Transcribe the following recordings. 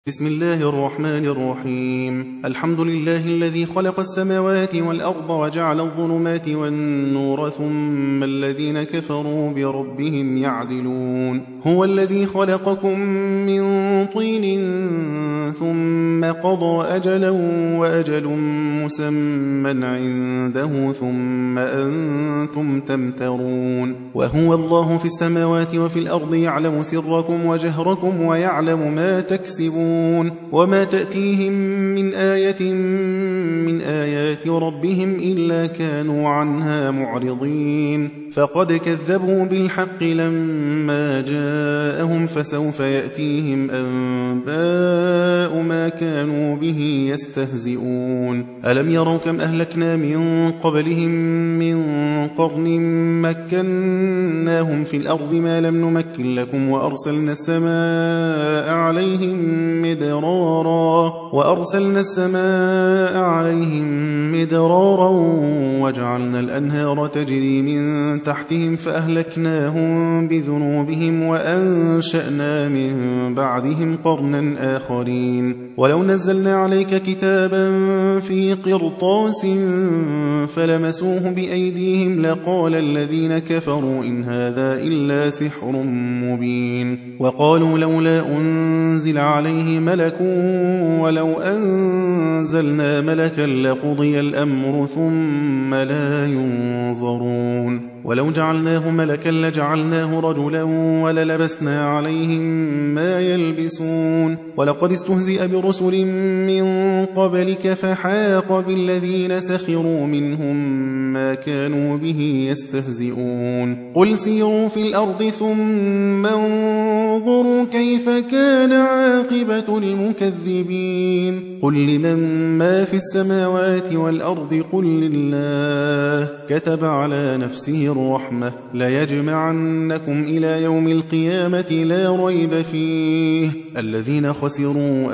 بسم الله الرحمن الرحيم. الحمد لله الذي خلق السماوات والأرض وجعل الظلمات والنور ثم الذين كفروا بربهم يعدلون. هو الذي خلقكم من طين ثم قضى أجلا وأجل مسمى عنده ثم أنتم تمترون. وهو الله في السماوات وفي الأرض يعلم سركم وجهركم ويعلم ما تكسبون وما تأتيهم من آية من آيات ربهم إلا كانوا عنها معرضين. فقد كذبوا بالحق لما جاءهم فسوف يأتيهم أنباء ما كانوا به يستهزئون. ألم يروا كم أهلكنا من قبلهم من قرن مكناهم في الأرض ما لم نمكن لكم وأرسلنا السماء عليهم مدرارا وجعلنا الأنهار تجري من تحتهم فأهلكناهم بذنوبهم وأنشأنا من بعدهم قرنا آخرين. ولو نزلنا عليك كتابا في قرطاس فلمسوه بأيديهم لقال الذين كفروا إن هذا إلا سحر مبين. وقالوا لولا أنزل عليه ملك ولو أنزلنا ملكا لقضي الأمر ثم لا ينظرون. ولو جعلناه ملكا لجعلناه رجلا وللبسنا عليهم ما يلبسون. ولقد استهزئ برسل من قبلك فحاق بالذين سخروا منهم ما كانوا به يستهزئون. قل سيروا في الأرض ثم انظروا كيف كان عاقبة المكذبين. قل لمن ما في السماوات والأرض قل لله كتب على نفسه الرحمة ليجمعنكم إلى يوم القيامة لا ريب فيه الذين خسروا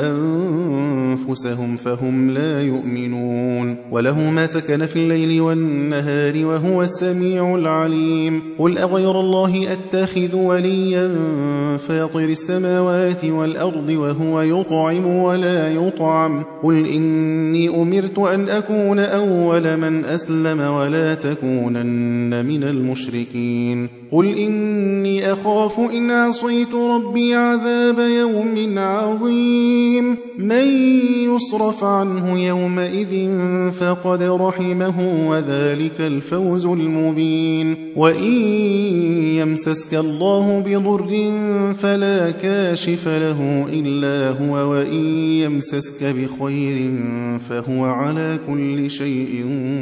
أنفسهم فهم لا يؤمنون. وله ما سكن في الليل والنهار وهو السميع العليم. قل أغير الله أتخذ وليا فاطر السماوات والأرض وهو يطعم ولا يطعم. قل إني أمرت أن أكون أول من أسلم ولا تكونن من المشركين. قل إني أخاف إن عصيت ربي عذاب يوم عظيم. من يصرف عنه يومئذ فقد رحمه وذلك الفوز المبين. وإن يمسسك الله بضر فلا كاشف له إلا هو وإن يمسسك بخير فهو على كل شيء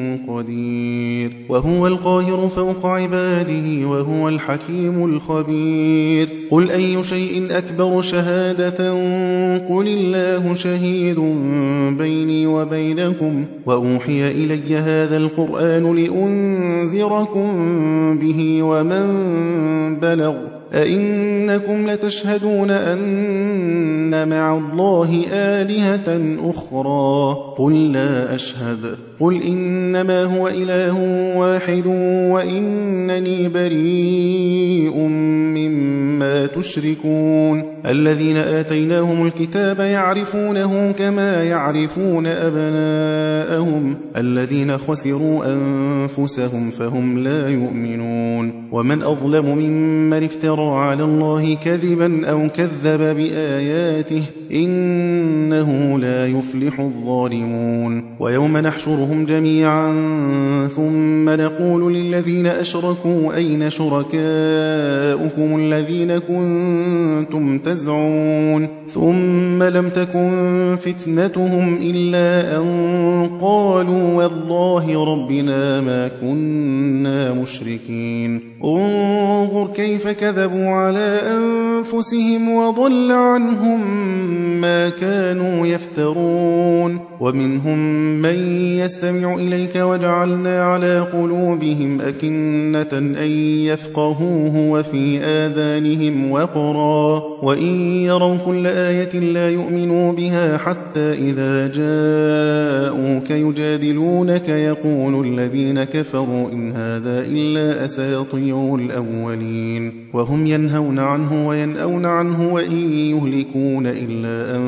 قدير. وهو القاهر فوق عباده وهو الحكيم الخبير. قل أي شيء أكبر شهادة قل الله شهيد بيني وبينكم وأوحي إلي هذا القرآن لأنذركم به ومن بلغ. أئنكم لتشهدون أن مع الله آلهة أخرى قل لا أشهد. قل إنما هو إله واحد وإنني بريء مما تشركون. الذين آتيناهم الكتاب يعرفونه كما يعرفون أبناءهم الذين خسروا أنفسهم فهم لا يؤمنون. ومن أظلم ممن افترى على الله كذبا أو كذب بآياته إنه لا يفلح الظالمون. ويوم نحشرهم جميعا ثم نقول للذين أشركوا أين شركاؤكم الذين كنتم تزعمون ثم لم تكن فتنتهم إلا أن قالوا والله ربنا ما كنا مشركين. انظر كيف كذبوا على أنفسهم وضل عنهم ما كانوا يفترون. ومنهم من يستمع إليك وجعلنا على قلوبهم أكنة أن يفقهوه وفي آذانهم وقرا وإن يروا كل آية لا يؤمنوا بها حتى إذا جاءوك يجادلونك يقول الذين كفروا إن هذا إلا أساطير الأولين. وهم ينهون عنه وينأون عنه وإن يهلكون إلا أنفسهم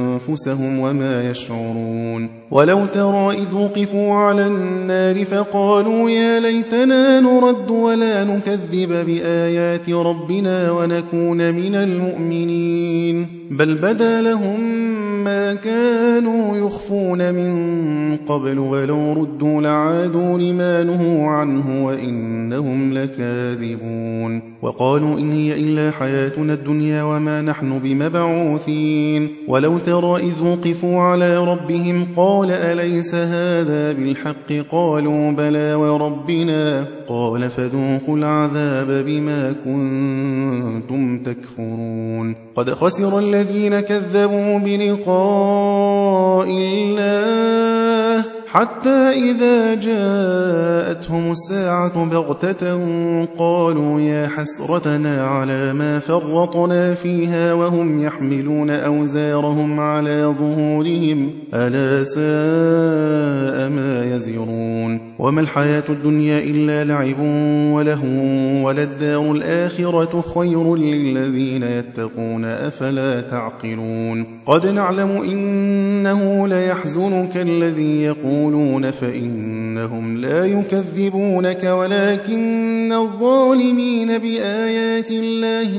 أنفسهم وما يشعرون. ولو ترى إذ وقفوا على النار فقالوا يا ليتنا نرد ولا نكذب بآيات ربنا ونكون من المؤمنين بل بدا لهم ما كانوا يخفون من قبل ولو ردوا لعادوا لما نهوا عنه وإنهم لكاذبون. وقالوا إن هي إلا حياتنا الدنيا وما نحن بمبعوثين. ولو ترى إذ وقفوا على ربهم قال أليس هذا بالحق قالوا بلى وربنا قال فذوقوا العذاب بما كنتم تكفرون. قد خسر الذين كذبوا بلقاء الله حتى إذا جاءتهم الساعة بغتة قالوا يا حسرتنا على ما فرطنا فيها وهم يحملون أوزارهم على ظهورهم ألا ساء ما يزرون. وما الحياة الدنيا إلا لعب ولهو وللدار الآخرة خير للذين يتقون أفلا تعقلون. قد نعلم إنه ليحزنك الذي يقولون فإنهم لا يكذبونك ولكن الظالمين بآيات الله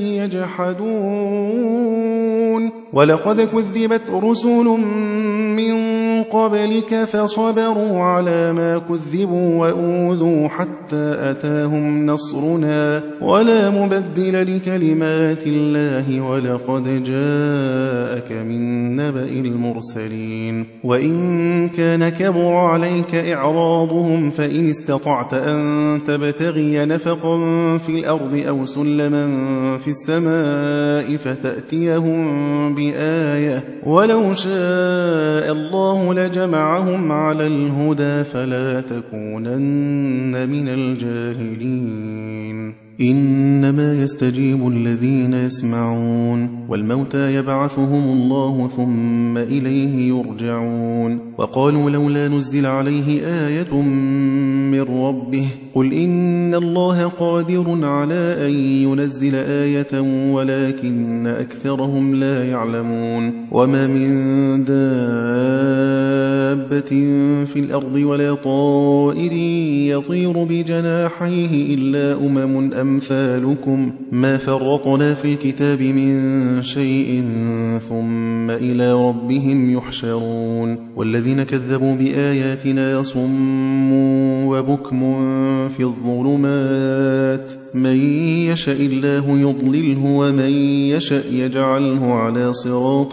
يجحدون. ولقد كذبت رسل من قبلك فصبروا على ما كذبوا وأوذوا حتى أتاهم نصرنا ولا مبدل لكلمات الله ولقد جاءك من نبأ المرسلين. وإن كان كبر عليك إعراضهم فإن استطعت أن تبتغي نفقا في الأرض أو سلما في السماء فتأتيهم بآية ولو شاء الله لجمعهم على الهدى فلا تكونن من الجاهلين. إنما يستجيب الذين يسمعون والموتى يبعثهم الله ثم إليه يرجعون. وقالوا لولا نزل عليه آية من ربه قل إن الله قادر على أن ينزل آية ولكن أكثرهم لا يعلمون. وما من دابة في الأرض ولا طائر يطير بجناحيه إلا أمم أمثالكم ما فرطنا في الكتاب من شيء ثم إلى ربهم يحشرون. والذين كذبوا بآياتنا صم وبكم في الظلمات من يشاء الله يضلله ومن يشاء يجعله على صراط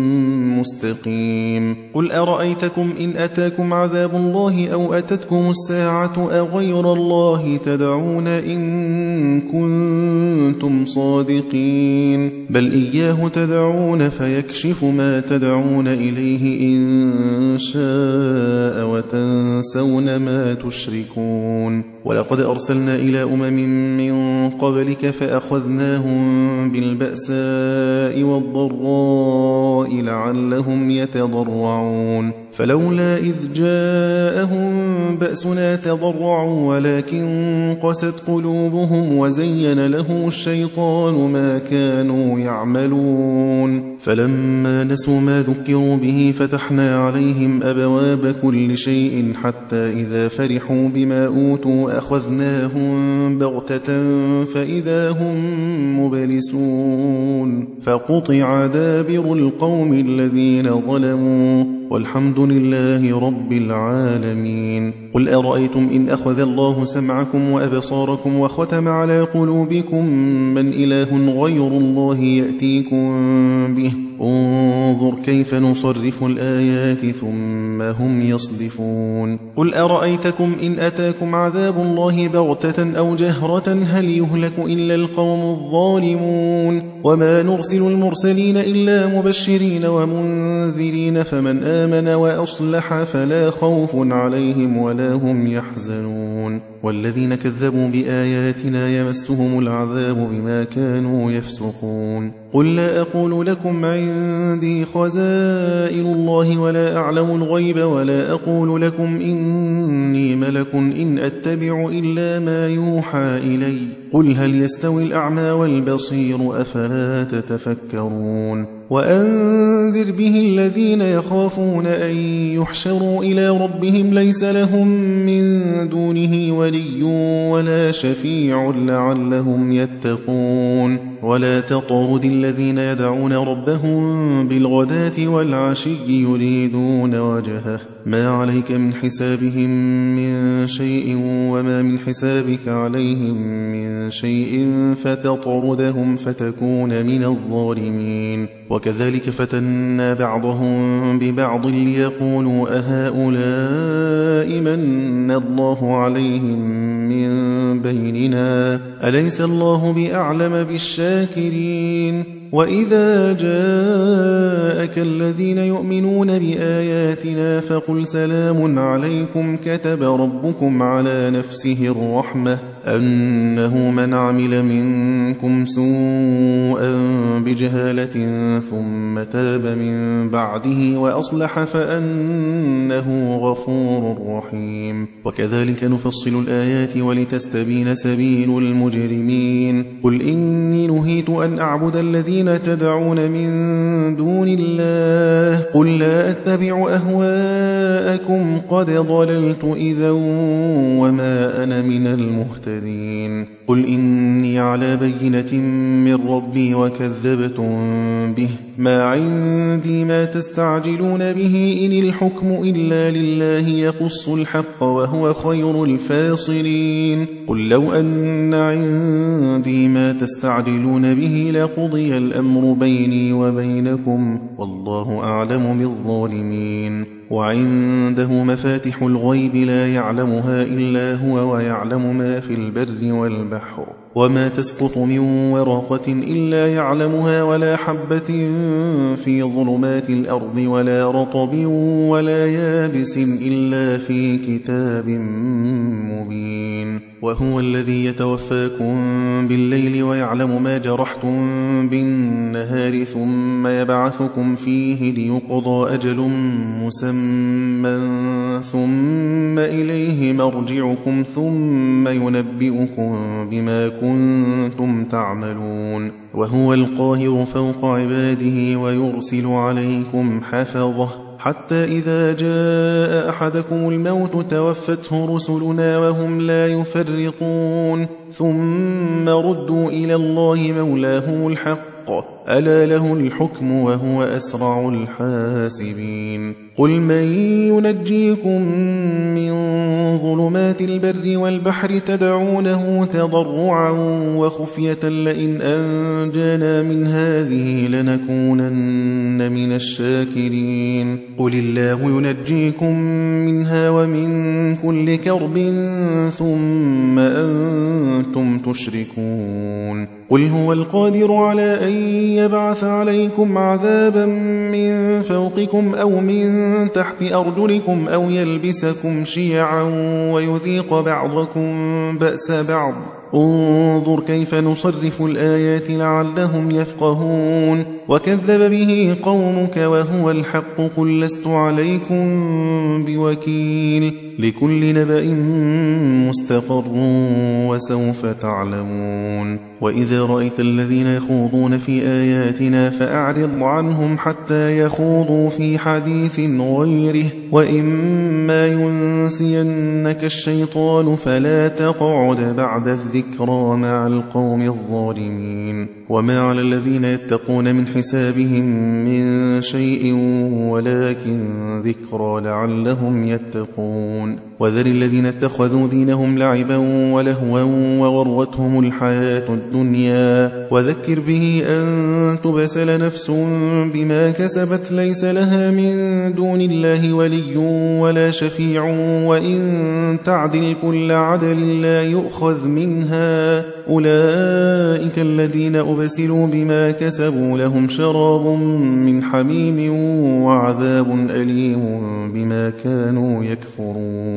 مستقيم. قل أرأيتكم إن أتاكم عذاب الله أو أتتكم الساعة أغير الله تدعون إن كنتم صادقين بل إياه تدعون فيكشف ما تدعون إليه إن شاء وتنسون ما تشركون. ولقد أرسلنا إلى من قبلك فأخذناهم بالبأساء والضراء لعلهم يتضرعون. فلولا إذ جاءهم بأسنا تضرعوا ولكن قست قلوبهم وزين لهم الشيطان ما كانوا يعملون. فلما نسوا ما ذكروا به فتحنا عليهم أبواب كل شيء حتى إذا فرحوا بما أوتوا أخذناهم بغتة فإذا هم مبلسون. فقطع دابر القوم الذين ظلموا والحمد لله رب العالمين. قل أرأيتم إن أخذ الله سمعكم وأبصاركم وختم على قلوبكم من إله غير الله يأتيكم به انظر كيف نصرف الآيات ثم هم يصدفون. قل أرأيتكم إن أتاكم عذاب الله بغتة أو جهرة هل يهلك إلا القوم الظالمون. وما نرسل المرسلين إلا مبشرين ومنذرين فمن آمن وأصلح فلا خوف عليهم ولا هم يحزنون. والذين كذبوا بآياتنا يمسهم العذاب بما كانوا يفسقون قل لا أقول لكم عندي خزائن الله ولا أعلم الغيب ولا أقول لكم إني ملك إن أتبع إلا ما يوحى إلي قل هل يستوي الأعمى والبصير أفلا تتفكرون وأنذر به الذين يخافون أن يحشروا إلى ربهم ليس لهم من دونه ولي ولا شفيع لعلهم يتقون ولا تطرد الذين يدعون ربهم بالغداة والعشي يريدون وجهه ما عليك من حسابهم من شيء وما من حسابك عليهم من شيء فتطردهم فتكون من الظالمين وكذلك فتنا بعضهم ببعض ليقولوا أهؤلاء من الله عليهم من بيننا أليس الله بأعلم بالشاكرين وإذا جاءك الذين يؤمنون بآياتنا فقل سلام عليكم كتب ربكم على نفسه الرحمة أنه من عمل منكم سوءا بجهالة ثم تاب من بعده وأصلح فأنه غفور رحيم وكذلك نفصل الآيات ولتستبين سبيل المجرمين قل إني نهيت أن أعبد الذين تدعون من دون الله قل لا أتبع أهواءكم قد ضللت إذا وما أنا من المهتدين قل إني على بينة من ربي وكذبتم به ما عندي ما تستعجلون به إن الحكم إلا لله يقص الحق وهو خير الفاصلين قل لو أن عندي ما تستعجلون به لقضي الأمر بيني وبينكم والله أعلم بالظالمين وعنده مفاتح الغيب لا يعلمها إلا هو ويعلم ما في البر والبحر وما تسقط من ورقة إلا يعلمها ولا حبة في ظلمات الأرض ولا رطب ولا يابس إلا في كتاب مبين وهو الذي يتوفاكم بالليل ويعلم ما جرحتم بالنهار ثم يبعثكم فيه ليقضى أجل مسمى ثم إليه مرجعكم ثم ينبئكم بما كنتم تعملون وهو القاهر فوق عباده ويرسل عليكم حفظه حتى إذا جاء أحدكم الموت توفته رسلنا وهم لا يفرطون ثم ردوا إلى الله مولاهم الحق ألا له الحكم وهو أسرع الحاسبين قل من ينجيكم من ظلمات البر والبحر تدعونه تضرعا وخفية لئن أنجانا من هذه لنكونن من الشاكرين قل الله ينجيكم منها ومن كل كرب ثم أنتم تشركون قل هو القادر على أن يبعث عليكم عذابا من فوقكم أو من تحت أرجلكم أو يلبسكم شيعا ويذيق بعضكم بأس بعض انظر كيف نصرف الآيات لعلهم يفقهون وكذب به قومك وهو الحق قل لست عليكم بوكيل لكل نبأ مستقر وسوف تعلمون وإذا رأيت الذين يخوضون في آياتنا فأعرض عنهم حتى يخوضوا في حديث غيره وإما ينسينك الشيطان فلا تقعد بعد الذكرى مع القوم الظالمين وما على الذين يتقون من حسابهم من شيء ولكن ذكرى لعلهم يتقون وذر الذين اتخذوا دينهم لعبا ولهوا وغرتهم الحياة الدنيا وذكر به أن تبسل نفس بما كسبت ليس لها من دون الله ولي ولا شفيع وإن تعدل كل عدل لا يؤخذ منها أولئك الذين أبسلوا بما كسبوا لهم شراب من حميم وعذاب أليم بما كانوا يكفرون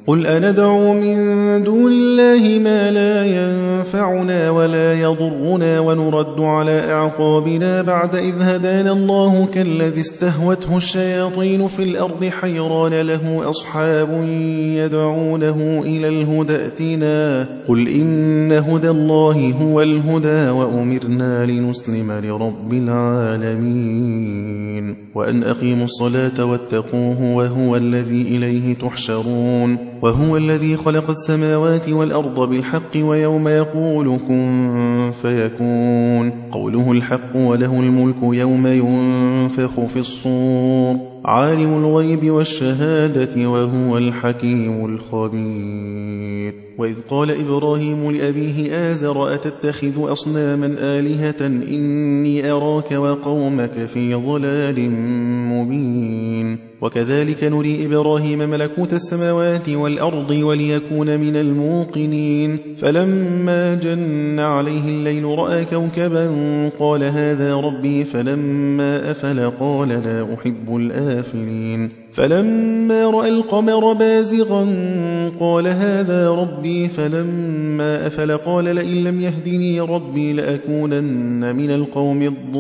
قل أندعو من دون الله ما لا ينفعنا ولا يضرنا ونرد على أعقابنا بعد إذ هدانا الله كالذي استهوته الشياطين في الأرض حيران له أصحاب يدعونه إلى الهدى ائتنا قل إن هدى الله هو الهدى وأمرنا لنسلم لرب العالمين وأن أقيموا الصلاة واتقوه وهو الذي إليه تحشرون وهو الذي خلق السماوات والأرض بالحق ويوم يقول كن فيكون قوله الحق وله الملك يوم ينفخ في الصور عالم الغيب والشهادة وهو الحكيم الخبير وإذ قال إبراهيم لأبيه آزر أتتخذ أصناما آلهة إني أراك وقومك في ضلال مبين وكذلك نري إبراهيم ملكوت السماوات والأرض وليكون من الموقنين فلما جن عليه الليل رأى كوكبا قال هذا ربي فلما أفل قال لا أحب الآفلين فلما رأى القمر بازغا قال هذا ربي فلما أفل قال لئن لم يهدني ربي لأكونن من القوم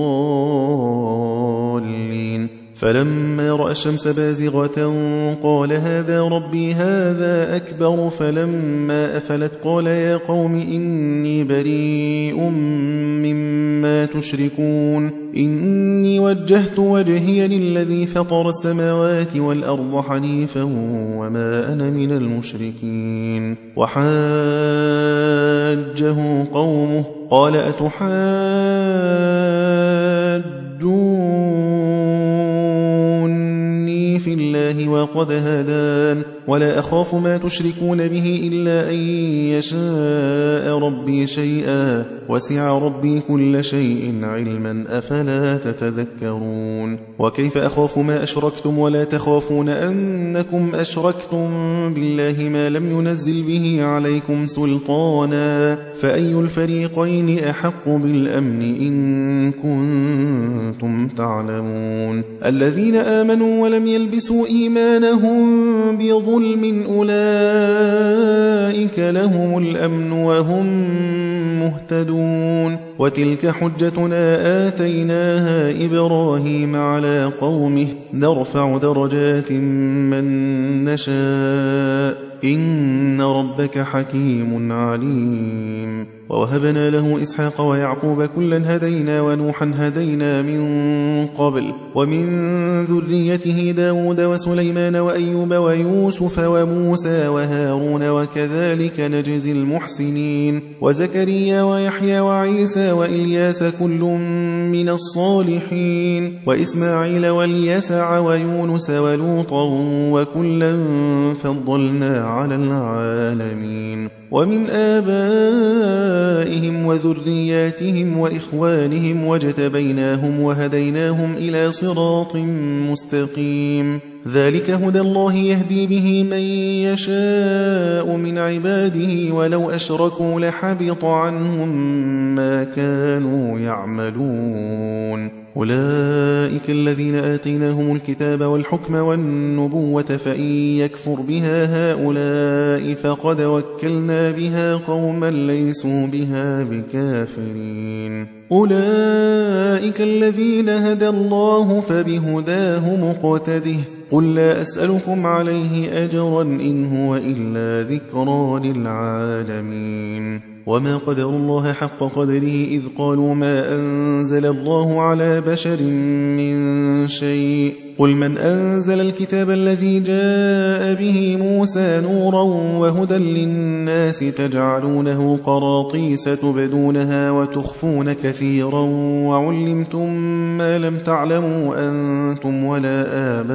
الضالين فلما رأى الشمس بازغة قال هذا ربي هذا أكبر فلما أفلت قال يا قوم إني بريء مما تشركون إني وجهت وجهي للذي فطر السماوات والأرض حنيفا وما أنا من المشركين وحاجه قومه قال أتحاجوني في الله وقد هدان ولا أخاف ما تشركون به إلا أن يشاء ربي شيئا وسع ربي كل شيء علما أفلا تتذكرون وكيف أخاف ما أشركتم ولا تخافون أنكم أشركتم بالله ما لم ينزل به عليكم سلطانا فأي الفريقين أحق بالأمن إن كنتم تعلمون الذين آمنوا ولم يلبسوا إيمانهم بظلم أولئك لهم الأمن وهم مهتدون وتلك حجتنا آتيناها إبراهيم على قومه نرفع درجات من نشاء إن ربك حكيم عليم ووهبنا له إسحاق ويعقوب كلا هدينا ونوحا هدينا من قبل ومن ذريته داود وسليمان وأيوب ويوسف وموسى وهارون وكذلك نجزي المحسنين وزكريا ويحيى وعيسى وإلياس كل من الصالحين وإسماعيل واليسع ويونس ولوطا وكلا فضلنا على العالمين ومن آبائهم وذرياتهم وإخوانهم واجتبيناهم وهديناهم إلى صراط مستقيم ذلك هدى الله يهدي به من يشاء من عباده ولو أشركوا لحبط عنهم ما كانوا يعملون أولئك الذين آتيناهم الكتاب والحكم والنبوة فإن يكفر بها هؤلاء فقد وكلنا بها قوما ليسوا بها بكافرين أولئك الذين هدى الله فبهداه مقتده قل لا أسألكم عليه أجرا إن هو إلا ذكرى للعالمين وما قدر الله حق قدره إذ قالوا ما أنزل الله على بشر من شيء قل من أنزل الكتاب الذي جاء به موسى نورا وهدى للناس تجعلونه قراطيس تبدونها وتخفون كثيرا وعلمتم ما لم تعلموا أنتم ولا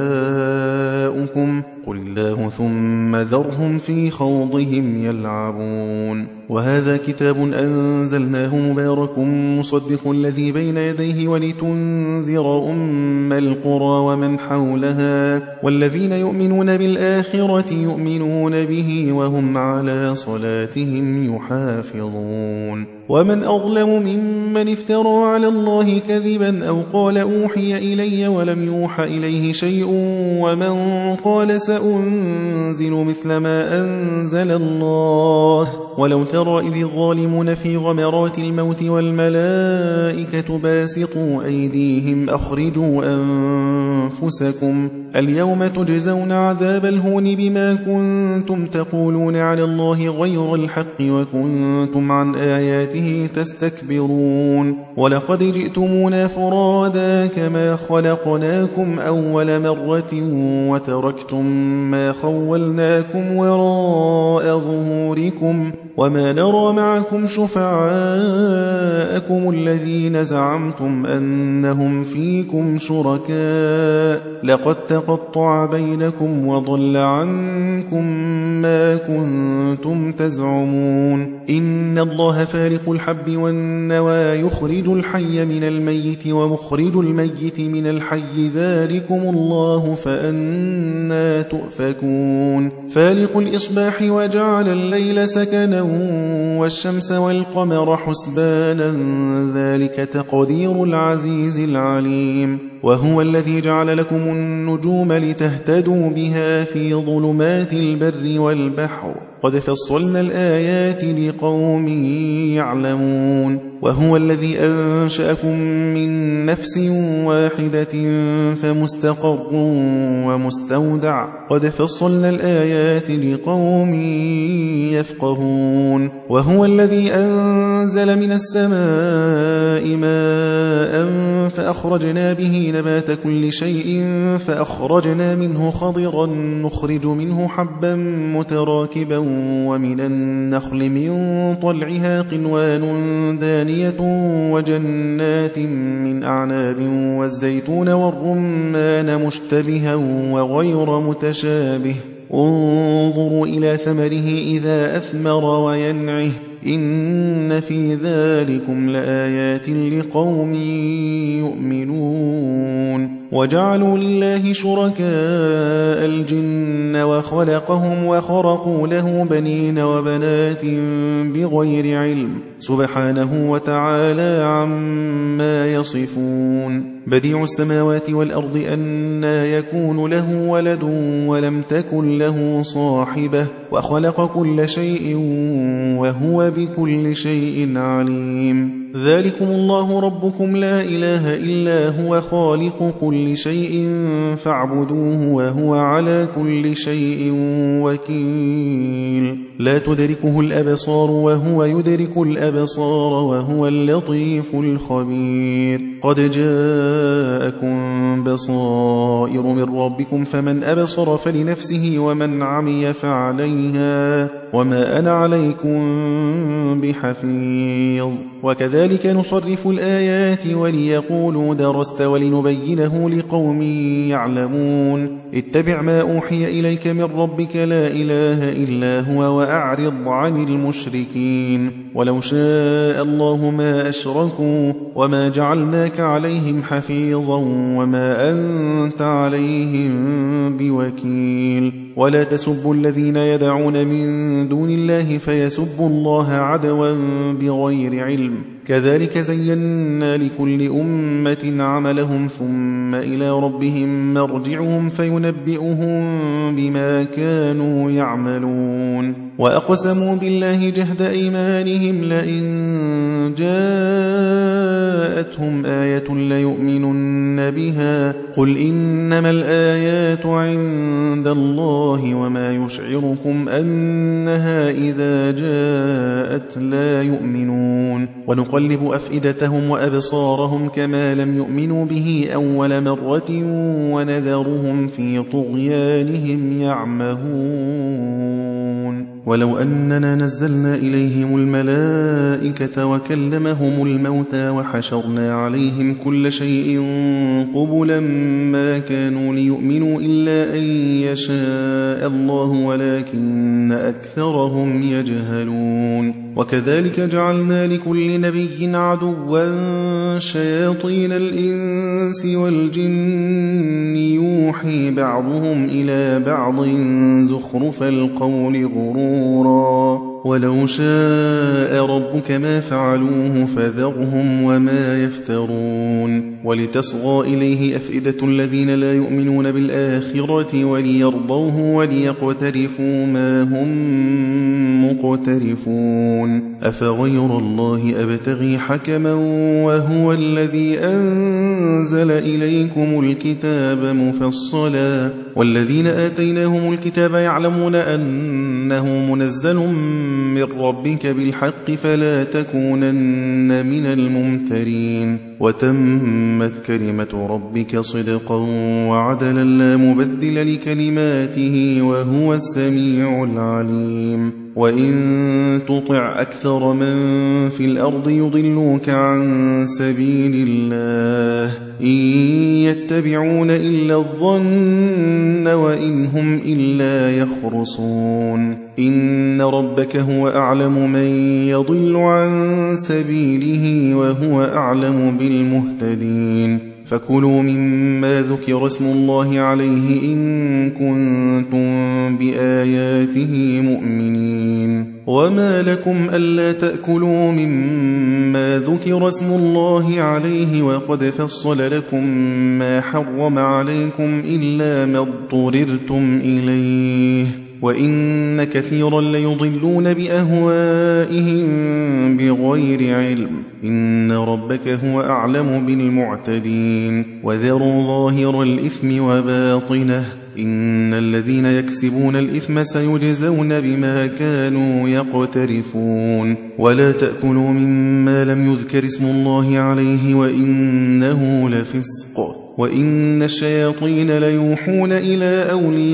آباؤكم قل الله ثم ذرهم في خوضهم يلعبون وهذا كتاب أنزلناه مبارك مصدق الذي بين يديه ولتنذر أم القرى ومن حولها والذين يؤمنون بالآخرة يؤمنون به وهم على صلاتهم يحافظون ومن أظلم ممن افترى على الله كذبا أو قال أوحي إلي ولم يوحى إليه شيء ومن قال سأنزل مثل ما أنزل الله ولو ترى إذ الظالمون في غمرات الموت والملائكة باسطوا أيديهم أخرجوا أنفسكم اليوم تجزون عذاب الهون بما كنتم تقولون على الله غير الحق وكنتم عن آياته تستكبرون ولقد جئتمونا فرادا كما خلقناكم أول مرة وتركتم ما خولناكم وراء ظهوركم وما نرى معكم شفعاءكم الذين زعمتم أنهم فيكم شركاء لقد تقطع بينكم وضل عنكم ما كنتم تزعمون إن الله فارق الحب والنوى يخرج الحي من الميت ومخرج الميت من الحي ذلكم الله فأنى تؤفكون فالق الإصباح وجعل الليل سكنا والشمس والقمر حسبانا ذلك تقدير العزيز العليم وهو الذي جعل لكم النجوم لتهتدوا بها في ظلمات البر والبحر قد فصلنا الآيات لقوم يعلمون وهو الذي أنشأكم من نفس واحدة فمستقر ومستودع قد فصلنا الآيات لقوم يفقهون وهو الذي أنزل من السماء ماء فأخرجنا به نبات كل شيء فأخرجنا منه خضرا نخرج منه حبا متراكبا ومن النخل من طلعها قنوان دانية وجنات من أعناب والزيتون والرمان مشتبها وغير متشابه انظروا إلى ثمره إذا أثمر وينعه إن في ذلكم لآيات لقوم يؤمنون وجعلوا لله شركاء الجن وخلقهم وخرقوا له بنين وبنات بغير علم سبحانه وتعالى عما يصفون بديع السماوات والأرض أنى يكون له ولد ولم تكن له صاحبة وخلق كل شيء وهو بكل شيء عليم ذلكم الله ربكم لا إله إلا هو خالق كل شيء فاعبدوه وهو على كل شيء وكيل لا تدركه الأبصار وهو يدرك الأبصار وهو اللطيف الخبير قد جاءكم بصائر من ربكم فمن أبصر فلنفسه ومن عمي فعليها وما أنا عليكم بحفيظ وكذلك نصرف الآيات وليقولوا درست ولنبينه لقوم يعلمون اتبع ما أوحي إليك من ربك لا إله إلا هو وأعرض عن المشركين ولو شاء الله ما أشركوا وما جعلناك عليهم حفيظا وما أنت عليهم بوكيل ولا تسبوا الذين يدعون من دون الله فيسبوا الله عدوا بغير علم كذلك زينا لكل أمة عملهم ثم إلى ربهم مرجعهم فينبئهم بما كانوا يعملون وأقسموا بالله جهد أيمانهم لئن جاءتهم آية ليؤمنن بها قل إنما الآيات عند الله وما يشعركم أنها إذا جاءت لا يؤمنون ونقلب أفئدتهم وأبصارهم كما لم يؤمنوا به أول مرة ونذرهم في طغيانهم يعمهون ولو أننا نزلنا إليهم الملائكة وكلمهم الموتى وحشرنا عليهم كل شيء قبلا ما كانوا ليؤمنوا إلا أن يشاء الله ولكن أكثرهم يجهلون وكذلك جعلنا لكل نبي عدوا شياطين الإنس والجن يوحي بعضهم إلى بعض زخرف القول غرورا ولو شاء ربك ما فعلوه فذرهم وما يفترون ولتصغى إليه أفئدة الذين لا يؤمنون بالآخرة وليرضوه وليقترفوا ما هم مقترفون أفغير الله أبتغي حكما وهو الذي أنزل إليكم الكتاب مفصلا والذين آتيناهم الكتاب يعلمون أنه منزل من ربك بالحق فلا تكونن من الممترين وتمت كلمة ربك صدقا وعدلا لا مبدل لكلماته وهو السميع العليم وإن تطع أكثر من في الأرض يضلوك عن سبيل الله إن يتبعون إلا الظن وإن هم إلا يخرصون إن ربك هو أعلم من يضل عن سبيله وهو أعلم بالمهتدين فكلوا مما ذكر اسم الله عليه إن كنتم بآياته مؤمنين وما لكم ألا تأكلوا مما ذكر اسم الله عليه وقد فصل لكم ما حرم عليكم إلا ما اضطررتم إليه وإن كثيرا ليضلون بأهوائهم بغير علم إن ربك هو أعلم بالمعتدين وذروا ظاهر الإثم وباطنه إن الذين يكسبون الإثم سيجزون بما كانوا يقترفون ولا تأكلوا مما لم يذكر اسم الله عليه وإنه لفسق وإن الشياطين ليوحون إلى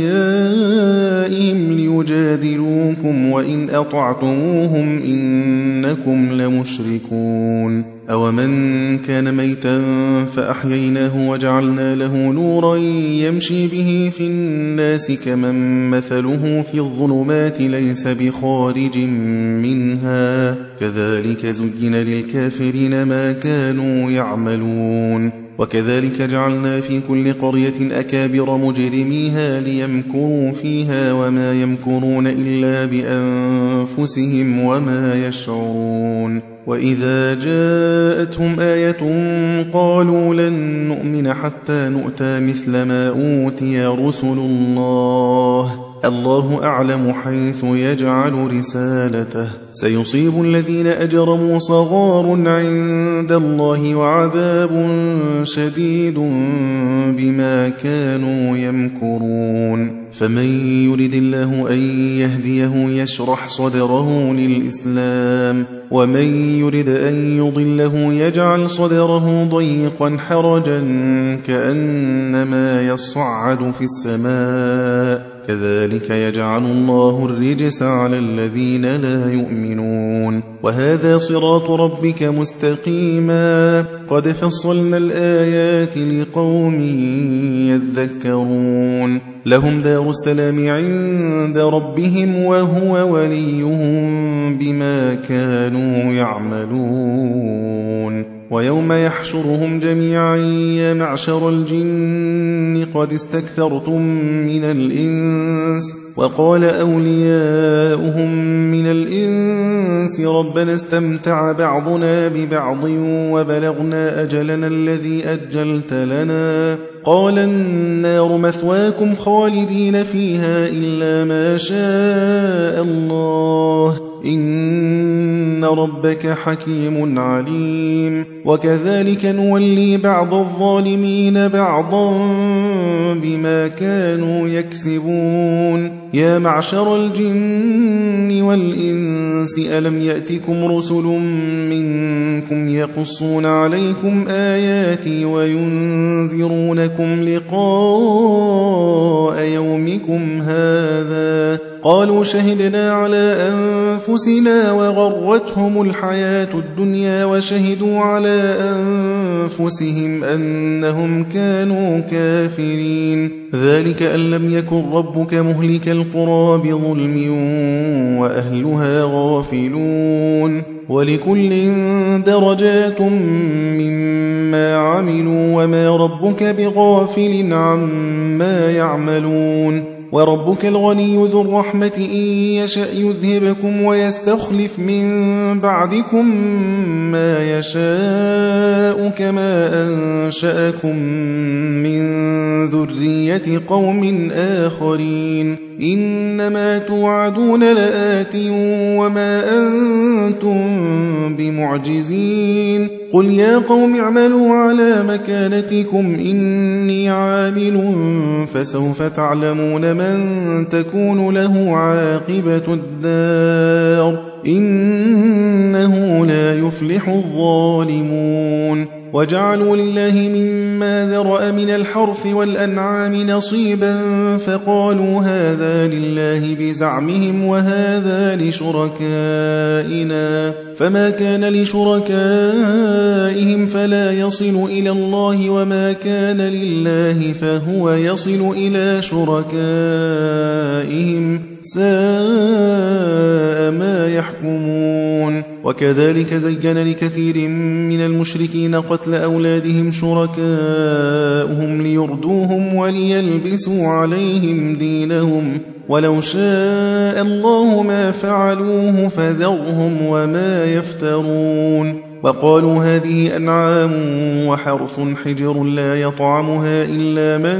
أوليائهم ليجادلوكم وإن أطعتموهم إنكم لمشركون أومن كان ميتا فأحييناه وجعلنا له نورا يمشي به في الناس كمن مثله في الظلمات ليس بخارج منها كذلك زين للكافرين ما كانوا يعملون وكذلك جعلنا في كل قرية أكابر مجرميها ليمكروا فيها وما يمكرون إلا بأنفسهم وما يشعرون وإذا جاءتهم آية قالوا لن نؤمن حتى نؤتى مثل ما أوتي رسل الله أعلم حيث يجعل رسالته سيصيب الذين أجرموا صغار عند الله وعذاب شديد بما كانوا يمكرون فمن يرد الله أن يهديه يشرح صدره للإسلام ومن يرد أن يضله يجعل صدره ضيقا حرجا كأنما يصعد في السماء كذلك يجعل الله الرجس على الذين لا يؤمنون وهذا صراط ربك مستقيما قد فصلنا الآيات لقوم يذكرون لهم دار السلام عند ربهم وهو وليهم بما كانوا يعملون ويوم يحشرهم جميعا يا معشر الجن قد استكثرتم من الإنس وقال أولياؤهم من الإنس ربنا استمتع بعضنا ببعض وبلغنا أجلنا الذي أجلت لنا قال النار مثواكم خالدين فيها إلا ما شاء الله إن ربك حكيم عليم وكذلك نولي بعض الظالمين بعضا بما كانوا يكسبون يا معشر الجن والإنس ألم يأتكم رسل منكم يقصون عليكم آياتي وينذرونكم لقاء يومكم هذا قالوا شهدنا على أنفسنا وغرتهم الحياة الدنيا وشهدوا على أنفسهم أنهم كانوا كافرين ذلك أن لم يكن ربك مهلك القرى بظلم وأهلها غافلون ولكل درجات مما عملوا وما ربك بغافل عما يعملون وربك الغني ذو الرحمة إن يشأ يذهبكم ويستخلف من بعدكم ما يشاء كما أنشأكم من ذرية قوم آخرين إنما توعدون لآت وما أنتم بمعجزين قل يا قوم اعملوا على مكانتكم إني عامل فسوف تعلمون من تكون له عاقبة الدار إنه لا يفلح الظالمون وجعلوا لله مما ذرأ من الحرث والأنعام نصيبا فقالوا هذا لله بزعمهم وهذا لشركائنا فما كان لشركائهم فلا يصل إلى الله وما كان لله فهو يصل إلى شركائهم ساء ما يحكمون وكذلك زين لكثير من المشركين قتل أولادهم شركاؤهم ليردوهم وليلبسوا عليهم دينهم ولو شاء الله ما فعلوه فذرهم وما يفترون وقالوا هذه أنعام وحرث حجر لا يطعمها إلا من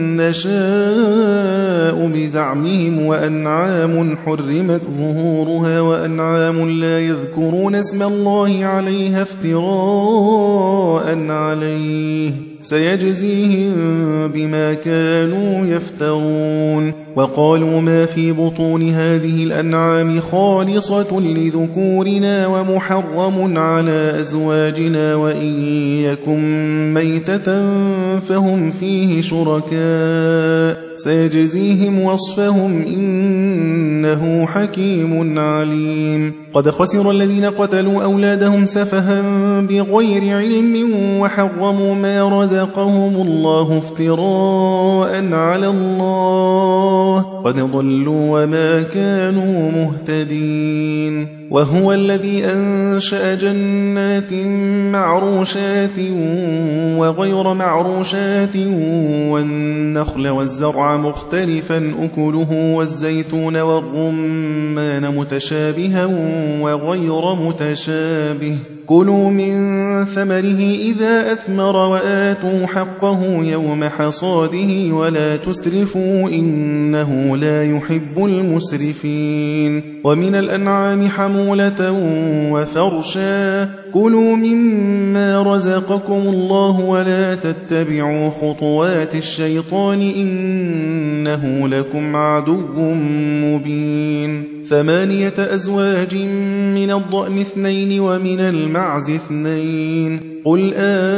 نشاء بزعمهم وأنعام حرمت ظهورها وأنعام لا يذكرون اسم الله عليها افتراء عليه سيجزيهم بما كانوا يفترون وقالوا ما في بطون هذه الأنعام خالصة لذكورنا ومحرم على أزواجنا وإن يكن ميتة فهم فيه شركاء سيجزيهم وصفهم إنه حكيم عليم قد خسر الذين قتلوا أولادهم سفها بغير علم وحرموا ما رزقهم الله افتراء على الله قد ضلوا وما كانوا مهتدين وهو الذي أنشأ جنات معروشات وغير معروشات والنخل والزرع مختلفا أكله والزيتون والرمان متشابها وغير متشابه كلوا من ثمره إذا أثمر وآتوا حقه يوم حصاده ولا تسرفوا إنه لا يحب المسرفين ومن الأنعام حمولة وفرشا كلوا مما رزقكم الله ولا تتبعوا خطوات الشيطان إنه لكم عدو مبين 8 أزواج من الضأن 2 ومن المعز 2 قل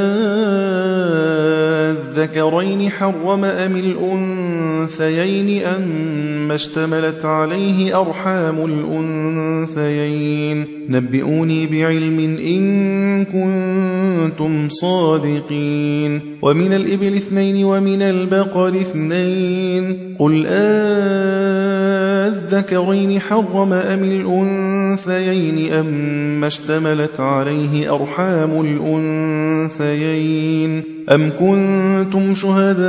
الذكرين حرم أم الأنثيين أما اشتملت عليه أرحام الأنثيين نبئوني بعلم إن كنتم صادقين ومن الإبل 2 ومن البقر 2 قل الذكرين حرم أم الأنثيين أما اشتملت عليه أرحام الأنثيين أم كنتم شهداء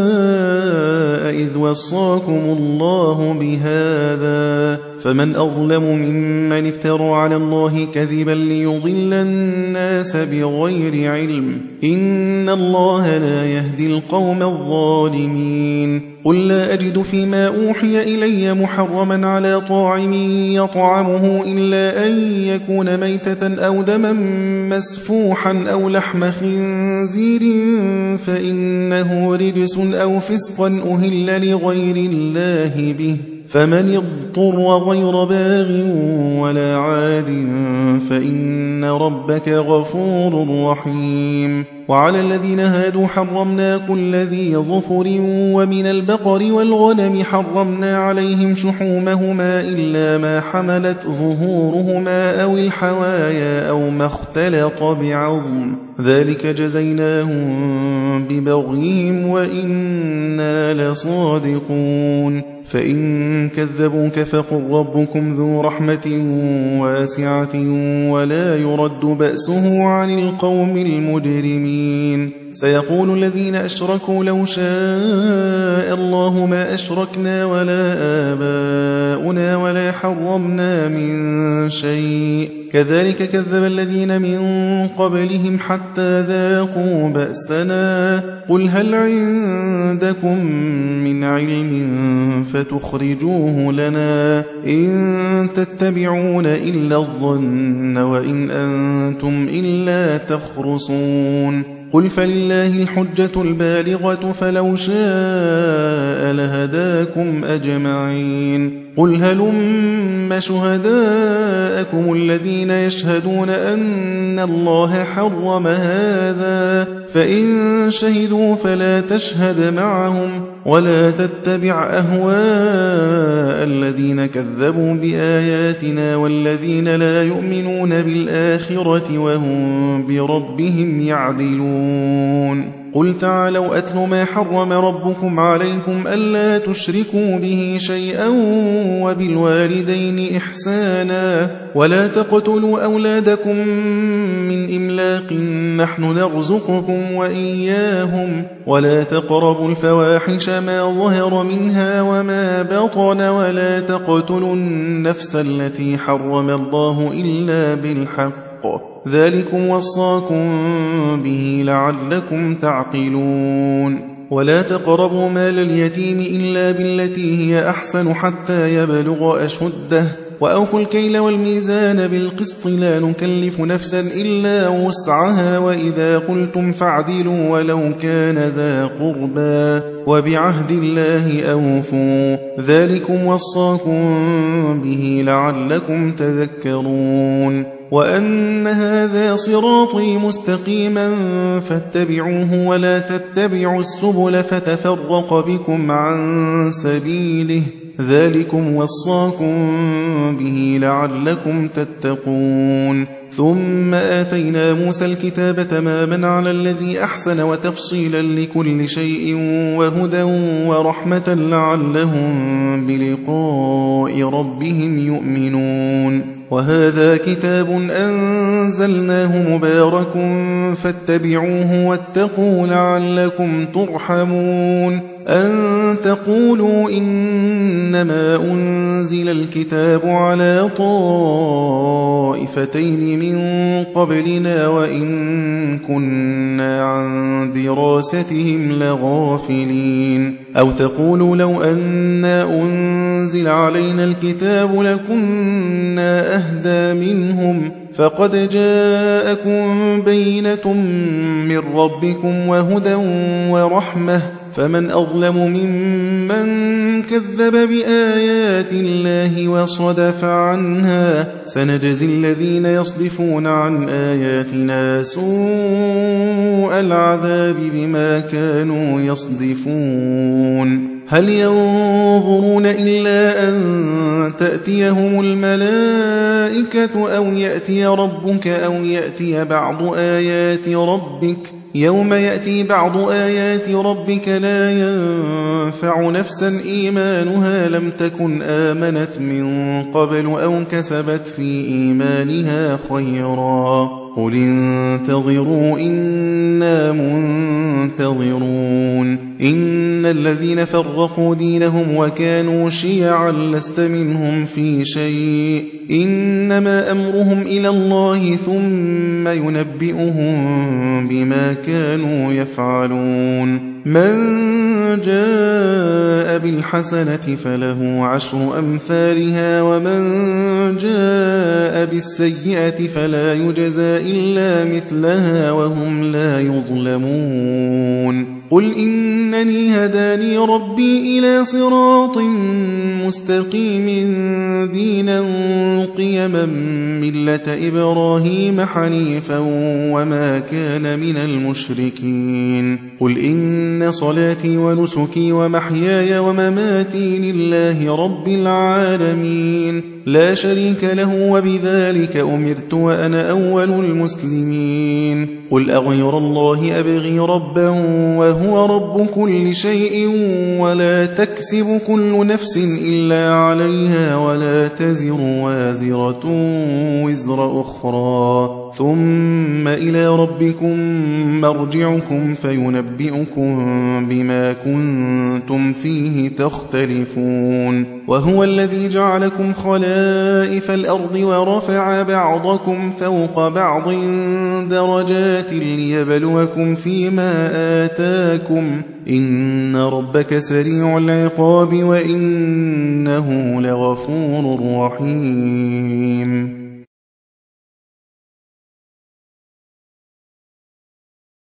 إذ وصاكم الله بهذا فمن أظلم ممن افترى على الله كذبا ليضل الناس بغير علم إن الله لا يهدي القوم الظالمين قل لا أجد فيما أوحي إلي محرما على طاعم يطعمه إلا أن يكون ميتة أو دما مسفوحا أو لحم خنزير فإنه رجس أو فسقا أهل لغير الله به فمن اضطر غير باغ ولا عاد فإن ربك غفور رحيم وعلى الذين هادوا حرمنا كل ذي ظفر ومن البقر والغنم حرمنا عليهم شحومهما إلا ما حملت ظهورهما أو الحوايا أو ما اختلط بعظم ذلك جزيناهم ببغيهم وإنا لصادقون فإن كذبوك فقل ربكم ذو رحمة واسعة ولا يرد بأسه عن القوم المجرمين سيقول الذين أشركوا لو شاء الله ما ما أشركنا ولا آباؤنا ولا حرمنا من شيء كذلك كذب الذين من قبلهم حتى ذاقوا بأسنا قل هل عندكم من علم فتخرجوه لنا إن تتبعون إلا الظن وإن أنتم إلا تخرصون قل فلله الحجة البالغة فلو شاء لهداكم أجمعين قل هلم شهداءكم الذين يشهدون أن الله حرم هذا فإن شهدوا فلا تشهد معهم ولا تتبع أهواء الذين كذبوا بآياتنا والذين لا يؤمنون بالآخرة وهم بربهم يعدلون قل تعالوا أتل ما حرم ربكم عليكم ألا تشركوا به شيئا وبالوالدين إحسانا ولا تقتلوا أولادكم من إملاق نحن نرزقكم وإياهم ولا تقربوا الفواحش ما ظهر منها وما بطن ولا تقتلوا النفس التي حرم الله إلا بالحق ذلكم وصاكم به لعلكم تعقلون ولا تقربوا مال اليتيم إلا بالتي هي أحسن حتى يبلغ أشده وأوفوا الكيل والميزان بالقسط لا نكلف نفسا إلا وسعها وإذا قلتم فاعدلوا ولو كان ذا قربى وبعهد الله أوفوا ذلكم وصاكم به لعلكم تذكرون وأن هذا صراطي مستقيما فاتبعوه ولا تتبعوا السبل فتفرق بكم عن سبيله ذلكم وصاكم به لعلكم تتقون ثم آتينا موسى الكتاب تماما على الذي أحسن وتفصيلا لكل شيء وهدى ورحمة لعلهم بلقاء ربهم يؤمنون وهذا كتاب أنزلناه مبارك فاتبعوه واتقوا لعلكم ترحمون أن تقولوا إنما أنزل الكتاب على طائفتين من قبلنا وإن كنا عن دراستهم لغافلين أو تقولوا لو أنا أنزل علينا الكتاب لكنا أهدى منهم فقد جاءكم بينة من ربكم وهدى ورحمة فمن أظلم ممن كذب بآيات الله وصدف عنها سنجزي الذين يصدفون عن آياتنا سوء العذاب بما كانوا يصدفون هل ينظرون إلا أن تأتيهم الملائكة أو يأتي ربك أو يأتي بعض آيات ربك يوم يأتي بعض آيات ربك لا ينفع نفسا إيمانها لم تكن آمنت من قبل أو كسبت في إيمانها خيرا قل انتظروا إنا منتظرون إن الذين فرقوا دينهم وكانوا شيعا لست منهم في شيء إنما أمرهم إلى الله ثم ينبئهم بما كانوا يفعلون من جاء بالحسنة فله عشر أمثالها ومن جاء بالسيئة فلا يجزى إلا مثلها وهم لا يظلمون قل إنني هداني ربي إلى صراط مستقيم دينا قيما ملة إبراهيم حنيفا وما كان من المشركين قل إن صلاتي ونسكي ومحياي ومماتي لله رب العالمين لا شريك له وبذلك أمرت وأنا أول المسلمين قل أغير الله أبغي ربا وهو رب كل شيء ولا تكسب كل نفس إلا عليها ولا تزر وازرة وزر أخرى ثم إلى ربكم مرجعكم فينبئكم بما كنتم فيه تختلفون وهو الذي جعلكم خلائف الأرض ورفع بعضكم فوق بعض درجات ليبلوكم فيما آتاكم إن ربك سريع العقاب وإنه لغفور رحيم